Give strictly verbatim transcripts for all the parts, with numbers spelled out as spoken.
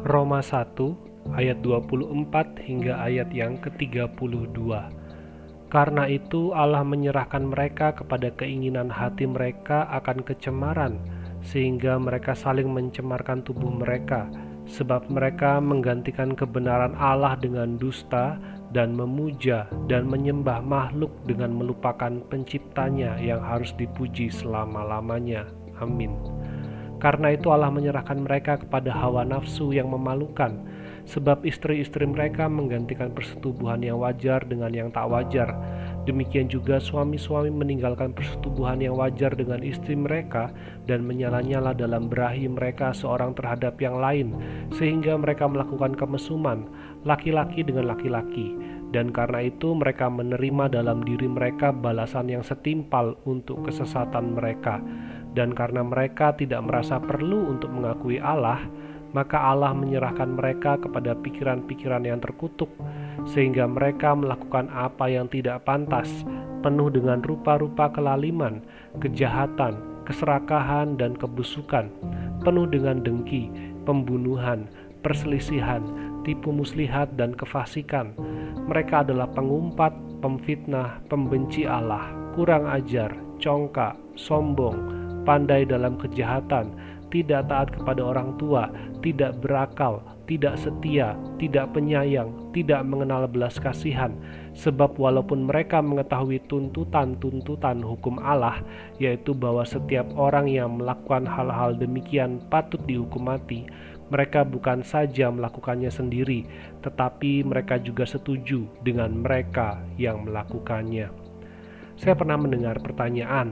Roma satu ayat dua puluh empat hingga ayat yang ke tiga puluh dua. Karena itu Allah menyerahkan mereka kepada keinginan hati mereka akan kecemaran, sehingga mereka saling mencemarkan tubuh mereka, sebab mereka menggantikan kebenaran Allah dengan dusta dan memuja dan menyembah makhluk dengan melupakan penciptanya yang harus dipuji selama-lamanya. Amin. Karena itu Allah menyerahkan mereka kepada hawa nafsu yang memalukan, sebab istri-istri mereka menggantikan persetubuhan yang wajar dengan yang tak wajar. Demikian juga suami-suami meninggalkan persetubuhan yang wajar dengan istri mereka dan menyala-nyala dalam berahi mereka seorang terhadap yang lain, sehingga mereka melakukan kemesuman, laki-laki dengan laki-laki. Dan karena itu mereka menerima dalam diri mereka balasan yang setimpal untuk kesesatan mereka. Dan karena mereka tidak merasa perlu untuk mengakui Allah, maka Allah menyerahkan mereka kepada pikiran-pikiran yang terkutuk, sehingga mereka melakukan apa yang tidak pantas, penuh dengan rupa-rupa kelaliman, kejahatan, keserakahan, dan kebusukan, penuh dengan dengki, pembunuhan, perselisihan, tipu muslihat, dan kefasikan. Mereka adalah pengumpat, pemfitnah, pembenci Allah, kurang ajar, congkak, sombong, pandai dalam kejahatan, tidak taat kepada orang tua, tidak berakal, tidak setia, tidak penyayang, tidak mengenal belas kasihan. Sebab walaupun mereka mengetahui tuntutan-tuntutan hukum Allah, yaitu bahwa setiap orang yang melakukan hal-hal demikian patut dihukum mati, mereka bukan saja melakukannya sendiri, tetapi mereka juga setuju dengan mereka yang melakukannya. Saya pernah mendengar pertanyaan,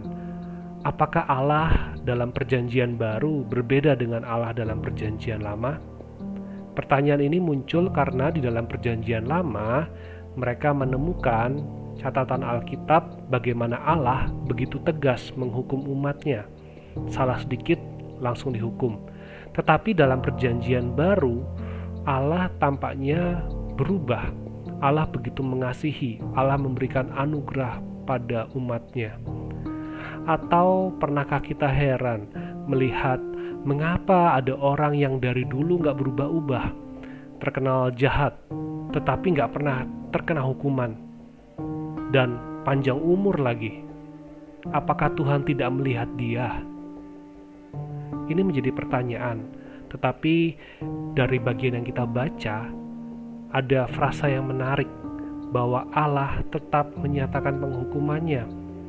apakah Allah dalam perjanjian baru berbeda dengan Allah dalam perjanjian lama? Pertanyaan ini muncul karena di dalam perjanjian lama mereka menemukan catatan Alkitab bagaimana Allah begitu tegas menghukum umatnya. Salah sedikit langsung dihukum. Tetapi dalam perjanjian baru Allah tampaknya berubah. Allah begitu mengasihi, Allah memberikan anugerah pada umatnya. Atau pernahkah kita heran melihat mengapa ada orang yang dari dulu gak berubah-ubah, terkenal jahat, tetapi gak pernah terkena hukuman, dan panjang umur lagi? Apakah Tuhan tidak melihat dia? Ini menjadi pertanyaan, tetapi dari bagian yang kita baca, ada frasa yang menarik, bahwa Allah tetap menyatakan penghukumannya.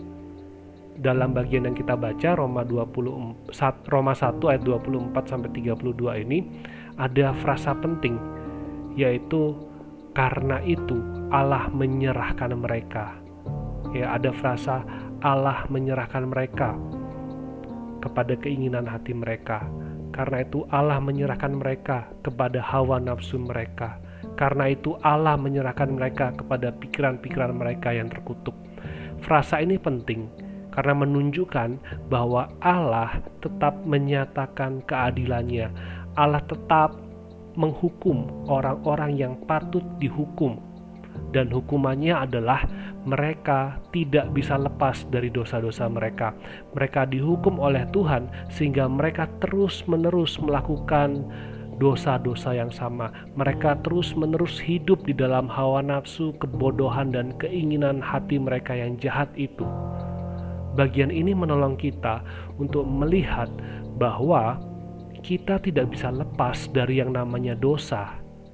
Dalam bagian yang kita baca Roma dua puluh empat, Roma satu ayat dua puluh empat sampai tiga puluh dua ini ada frasa penting, yaitu karena itu Allah menyerahkan mereka. Ya, ada frasa Allah menyerahkan mereka kepada keinginan hati mereka. Karena itu Allah menyerahkan mereka kepada hawa nafsu mereka. Karena itu Allah menyerahkan mereka kepada pikiran-pikiran mereka yang terkutuk. Frasa ini penting karena menunjukkan bahwa Allah tetap menyatakan keadilannya. Allah tetap menghukum orang-orang yang patut dihukum. Dan hukumannya adalah mereka tidak bisa lepas dari dosa-dosa mereka. Mereka dihukum oleh Tuhan sehingga mereka terus-menerus melakukan dosa-dosa yang sama. Mereka terus-menerus hidup di dalam hawa nafsu, kebodohan, dan keinginan hati mereka yang jahat itu. Bagian ini menolong kita untuk melihat bahwa kita tidak bisa lepas dari yang namanya dosa.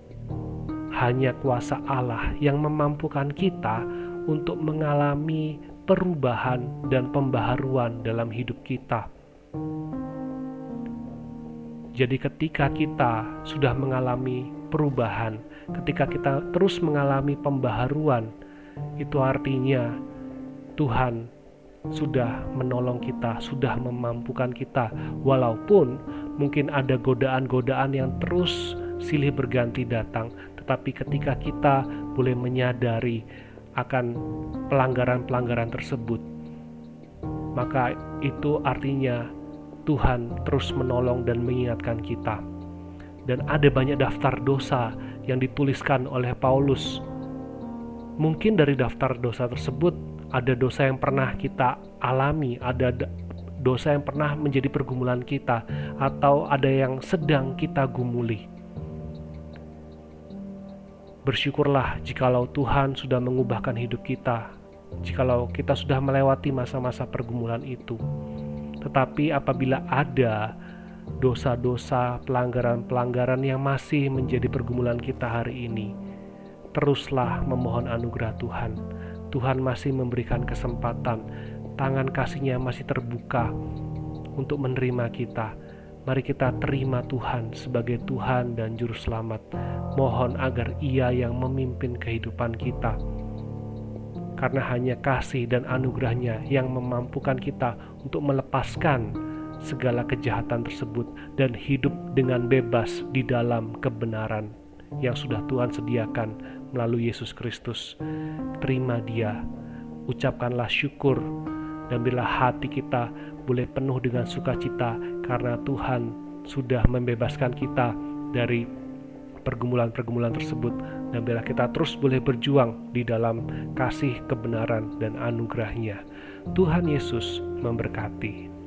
Hanya kuasa Allah yang memampukan kita untuk mengalami perubahan dan pembaharuan dalam hidup kita. Jadi ketika kita sudah mengalami perubahan, ketika kita terus mengalami pembaharuan, itu artinya Tuhan sudah menolong kita, sudah memampukan kita. Walaupun mungkin ada godaan-godaan yang terus silih berganti datang, tetapi ketika kita boleh menyadari akan pelanggaran-pelanggaran tersebut, maka itu artinya Tuhan terus menolong dan mengingatkan kita. Dan ada banyak daftar dosa yang dituliskan oleh Paulus. Mungkin dari daftar dosa tersebut ada dosa yang pernah kita alami, ada dosa yang pernah menjadi pergumulan kita, atau ada yang sedang kita gumuli. Bersyukurlah jikalau Tuhan sudah mengubahkan hidup kita, jikalau kita sudah melewati masa-masa pergumulan itu. Tetapi apabila ada dosa-dosa, pelanggaran-pelanggaran yang masih menjadi pergumulan kita hari ini, teruslah memohon anugerah Tuhan. Tuhan masih memberikan kesempatan, tangan kasih-Nya masih terbuka untuk menerima kita. Mari kita terima Tuhan sebagai Tuhan dan Juru Selamat. Mohon agar Ia yang memimpin kehidupan kita. Karena hanya kasih dan anugerah-Nya yang memampukan kita untuk melepaskan segala kejahatan tersebut dan hidup dengan bebas di dalam kebenaran yang sudah Tuhan sediakan melalui Yesus Kristus. Terima Dia, ucapkanlah syukur, dan bila hati kita boleh penuh dengan sukacita karena Tuhan sudah membebaskan kita dari pergumulan-pergumulan tersebut, dan bila kita terus boleh berjuang di dalam kasih, kebenaran, dan anugerah-Nya. Tuhan Yesus memberkati.